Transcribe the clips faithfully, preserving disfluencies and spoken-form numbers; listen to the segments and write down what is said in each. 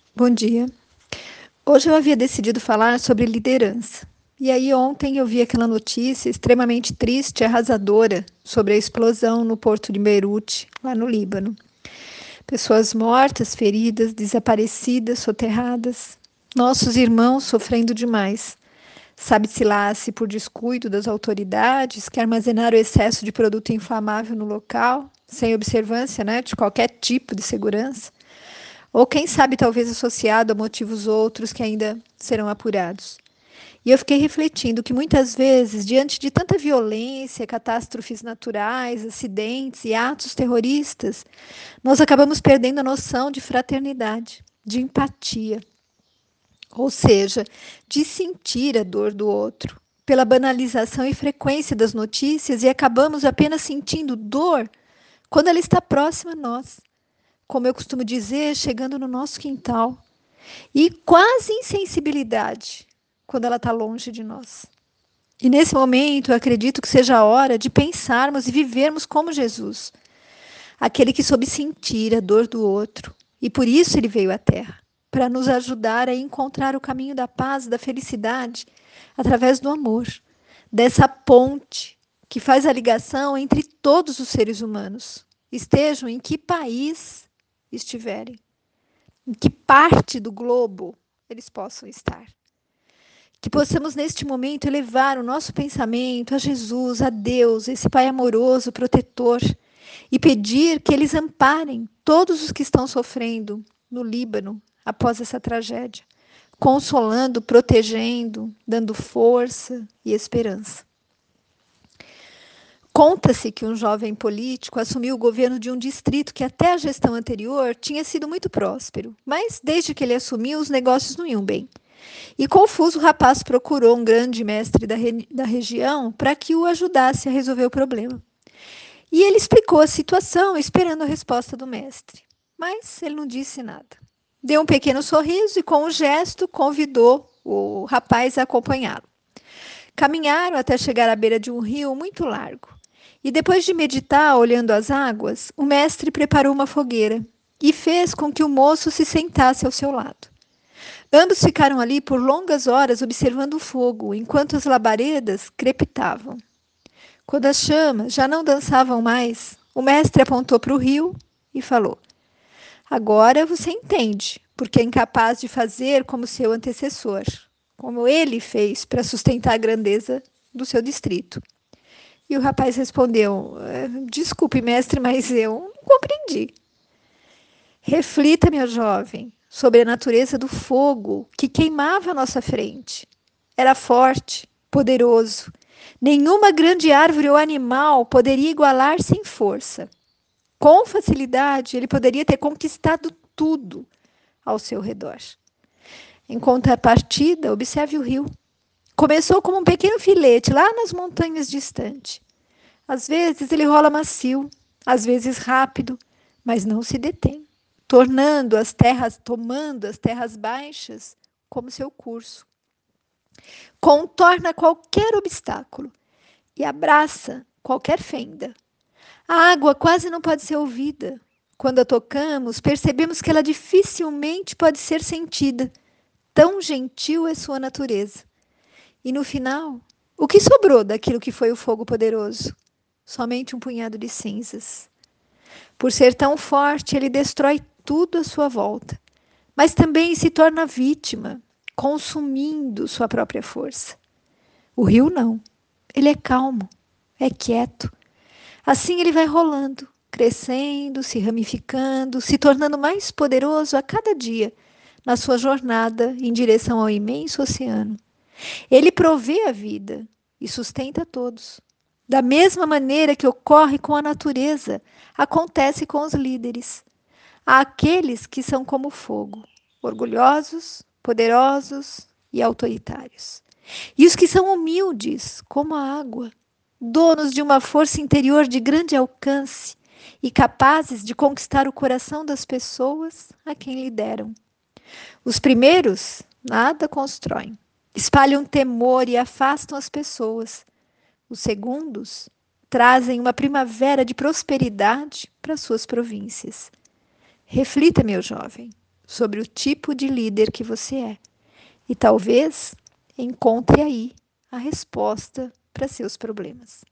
Bom dia. Hoje eu havia decidido falar sobre liderança. E aí ontem eu vi aquela notícia extremamente triste e arrasadora sobre a explosão no porto de Beirute, lá no Líbano. Pessoas mortas, feridas, desaparecidas, soterradas. Nossos irmãos sofrendo demais. Sabe-se lá se por descuido das autoridades que armazenaram excesso de produto inflamável no local, sem observância, né, de qualquer tipo de segurança. Ou quem sabe talvez associado a motivos outros que ainda serão apurados. E eu fiquei refletindo que muitas vezes, diante de tanta violência, catástrofes naturais, acidentes e atos terroristas, nós acabamos perdendo a noção de fraternidade, de empatia, ou seja, de sentir a dor do outro, pela banalização e frequência das notícias, e acabamos apenas sentindo dor quando ela está próxima a nós, como eu costumo dizer, chegando no nosso quintal. E quase insensibilidade quando ela está longe de nós. E nesse momento, eu acredito que seja a hora de pensarmos e vivermos como Jesus, aquele que soube sentir a dor do outro. E por isso ele veio à Terra, para nos ajudar a encontrar o caminho da paz e da felicidade através do amor, dessa ponte que faz a ligação entre todos os seres humanos, estejam em que país estiverem, em que parte do globo eles possam estar. Que possamos, neste momento, elevar o nosso pensamento a Jesus, a Deus, esse Pai amoroso, protetor, e pedir que eles amparem todos os que estão sofrendo no Líbano após essa tragédia, consolando, protegendo, dando força e esperança. Conta-se que um jovem político assumiu o governo de um distrito que até a gestão anterior tinha sido muito próspero, mas desde que ele assumiu, os negócios não iam bem. E confuso, o rapaz procurou um grande mestre da, re da região para que o ajudasse a resolver o problema. E ele explicou a situação, esperando a resposta do mestre. Mas ele não disse nada. Deu um pequeno sorriso e, com um gesto, convidou o rapaz a acompanhá-lo. Caminharam até chegar à beira de um rio muito largo. E depois de meditar, olhando as águas, o mestre preparou uma fogueira e fez com que o moço se sentasse ao seu lado. Ambos ficaram ali por longas horas observando o fogo, enquanto as labaredas crepitavam. Quando as chamas já não dançavam mais, o mestre apontou para o rio e falou: agora você entende, porque é incapaz de fazer como seu antecessor, como ele fez para sustentar a grandeza do seu distrito. E o rapaz respondeu: desculpe, mestre, mas eu não compreendi. Reflita, meu jovem, sobre a natureza do fogo que queimava à nossa frente. Era forte, poderoso. Nenhuma grande árvore ou animal poderia igualar-se em força. Com facilidade, ele poderia ter conquistado tudo ao seu redor. Em contrapartida, observe o rio. Começou como um pequeno filete lá nas montanhas distantes. Às vezes ele rola macio, às vezes rápido, mas não se detém, tornando as terras, tomando as terras baixas como seu curso. Contorna qualquer obstáculo e abraça qualquer fenda. A água quase não pode ser ouvida. Quando a tocamos, percebemos que ela dificilmente pode ser sentida. Tão gentil é sua natureza. E no final, o que sobrou daquilo que foi o fogo poderoso? Somente um punhado de cinzas. Por ser tão forte, ele destrói tudo à sua volta, mas também se torna vítima, consumindo sua própria força. O rio não. Ele é calmo, é quieto. Assim ele vai rolando, crescendo, se ramificando, se tornando mais poderoso a cada dia na sua jornada em direção ao imenso oceano. Ele provê a vida e sustenta todos. Da mesma maneira que ocorre com a natureza, acontece com os líderes. Há aqueles que são como fogo, orgulhosos, poderosos e autoritários. E os que são humildes, como a água, donos de uma força interior de grande alcance e capazes de conquistar o coração das pessoas a quem lideram. Os primeiros nada constroem, espalham temor e afastam as pessoas. Os segundos trazem uma primavera de prosperidade para suas províncias. Reflita, meu jovem, sobre o tipo de líder que você é. E talvez encontre aí a resposta para seus problemas.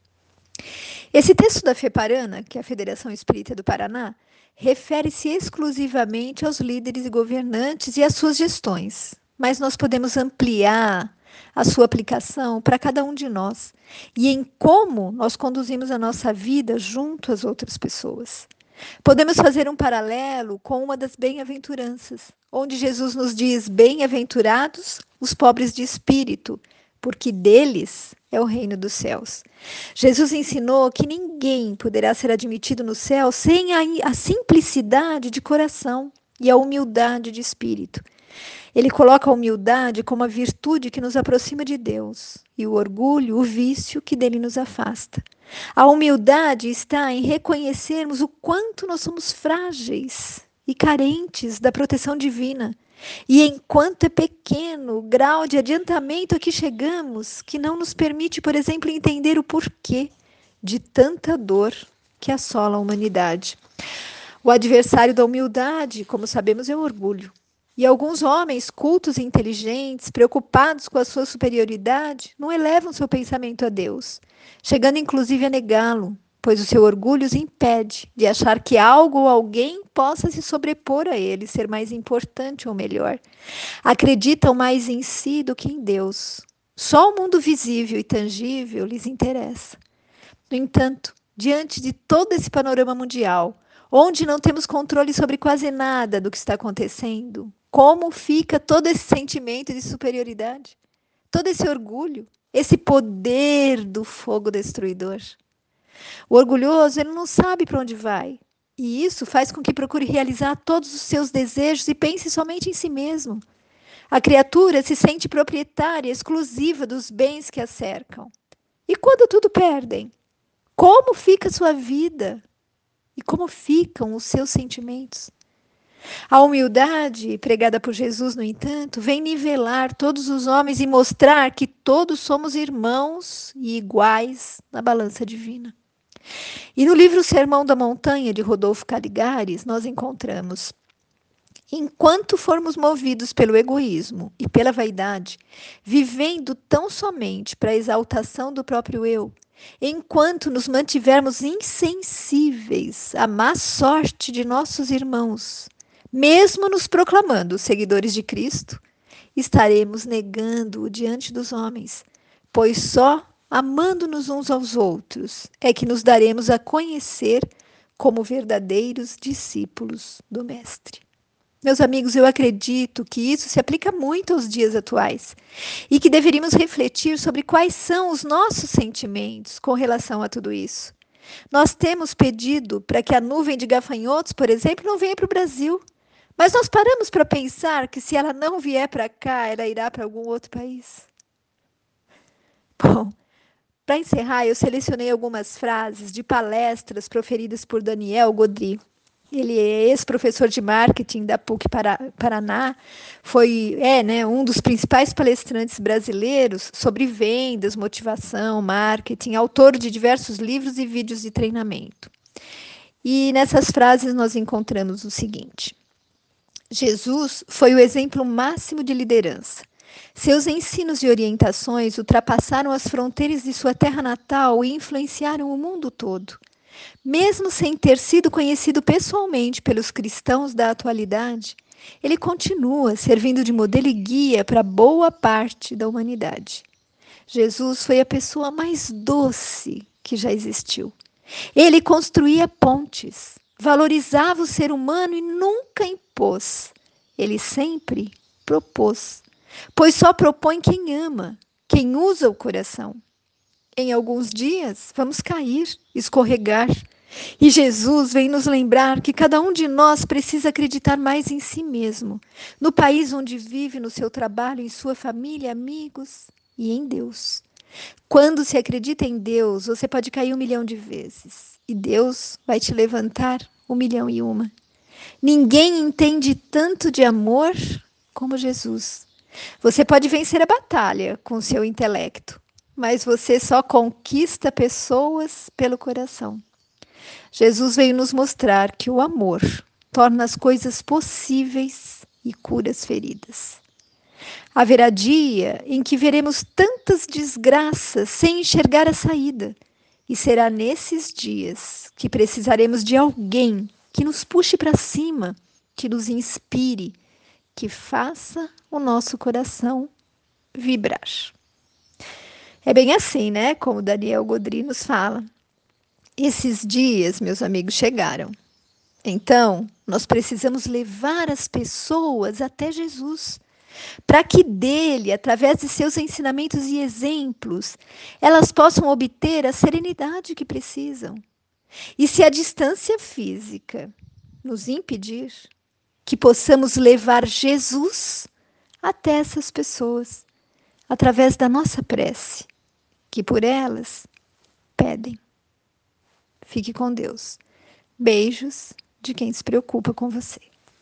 Esse texto da FEPARANA, que é a Federação Espírita do Paraná, refere-se exclusivamente aos líderes e governantes e às suas gestões, mas nós podemos ampliar a sua aplicação para cada um de nós e em como nós conduzimos a nossa vida junto às outras pessoas. Podemos fazer um paralelo com uma das bem-aventuranças, onde Jesus nos diz: bem-aventurados os pobres de espírito, porque deles é o reino dos céus. Jesus ensinou que ninguém poderá ser admitido no céu sem a, a simplicidade de coração e a humildade de espírito. Ele coloca a humildade como a virtude que nos aproxima de Deus e o orgulho, o vício que dele nos afasta. A humildade está em reconhecermos o quanto nós somos frágeis e carentes da proteção divina. E enquanto é pequeno o grau de adiantamento a que chegamos, que não nos permite, por exemplo, entender o porquê de tanta dor que assola a humanidade. O adversário da humildade, como sabemos, é o orgulho. E alguns homens cultos e inteligentes, preocupados com a sua superioridade, não elevam seu pensamento a Deus, chegando inclusive a negá-lo, pois o seu orgulho os impede de achar que algo ou alguém possa se sobrepor a ele, ser mais importante ou melhor. Acreditam mais em si do que em Deus. Só o mundo visível e tangível lhes interessa. No entanto, diante de todo esse panorama mundial, onde não temos controle sobre quase nada do que está acontecendo, como fica todo esse sentimento de superioridade? Todo esse orgulho, esse poder do fogo destruidor? O orgulhoso, ele não sabe para onde vai. E isso faz com que procure realizar todos os seus desejos e pense somente em si mesmo. A criatura se sente proprietária exclusiva dos bens que a cercam. E quando tudo perdem, como fica a sua vida? E como ficam os seus sentimentos? A humildade pregada por Jesus, no entanto, vem nivelar todos os homens e mostrar que todos somos irmãos e iguais na balança divina. E no livro Sermão da Montanha, de Rodolfo Caligares, nós encontramos: enquanto formos movidos pelo egoísmo e pela vaidade, vivendo tão somente para a exaltação do próprio eu, enquanto nos mantivermos insensíveis à má sorte de nossos irmãos, mesmo nos proclamando seguidores de Cristo, estaremos negando-o diante dos homens, pois só amando-nos uns aos outros é que nos daremos a conhecer como verdadeiros discípulos do Mestre. Meus amigos, eu acredito que isso se aplica muito aos dias atuais e que deveríamos refletir sobre quais são os nossos sentimentos com relação a tudo isso. Nós temos pedido para que a nuvem de gafanhotos, por exemplo, não venha para o Brasil, mas nós paramos para pensar que se ela não vier para cá, ela irá para algum outro país. Bom, para encerrar, eu selecionei algumas frases de palestras proferidas por Daniel Godry. Ele é ex-professor de marketing da P U C Paraná, foi é, né, um dos principais palestrantes brasileiros sobre vendas, motivação, marketing, autor de diversos livros e vídeos de treinamento. E nessas frases nós encontramos o seguinte: Jesus foi o exemplo máximo de liderança. Seus ensinos e orientações ultrapassaram as fronteiras de sua terra natal e influenciaram o mundo todo. Mesmo sem ter sido conhecido pessoalmente pelos cristãos da atualidade, ele continua servindo de modelo e guia para boa parte da humanidade. Jesus foi a pessoa mais doce que já existiu. Ele construía pontes, valorizava o ser humano e nunca impôs. Ele sempre propôs, pois só propõe quem ama, quem usa o coração. Em alguns dias, vamos cair, escorregar. E Jesus vem nos lembrar que cada um de nós precisa acreditar mais em si mesmo, no país onde vive, no seu trabalho, em sua família, amigos e em Deus. Quando se acredita em Deus, você pode cair um milhão de vezes e Deus vai te levantar um milhão e uma. Ninguém entende tanto de amor como Jesus. Você pode vencer a batalha com seu intelecto, mas você só conquista pessoas pelo coração. Jesus veio nos mostrar que o amor torna as coisas possíveis e cura as feridas. Haverá dia em que veremos tantas desgraças sem enxergar a saída, e será nesses dias que precisaremos de alguém que nos puxe para cima, que nos inspire, que faça o nosso coração vibrar. É bem assim, né? Como Daniel Godry nos fala. Esses dias, meus amigos, chegaram. Então, nós precisamos levar as pessoas até Jesus, para que dele, através de seus ensinamentos e exemplos, elas possam obter a serenidade que precisam. E se a distância física nos impedir, que possamos levar Jesus até essas pessoas, através da nossa prece, que por elas pedem. Fique com Deus. Beijos de quem se preocupa com você.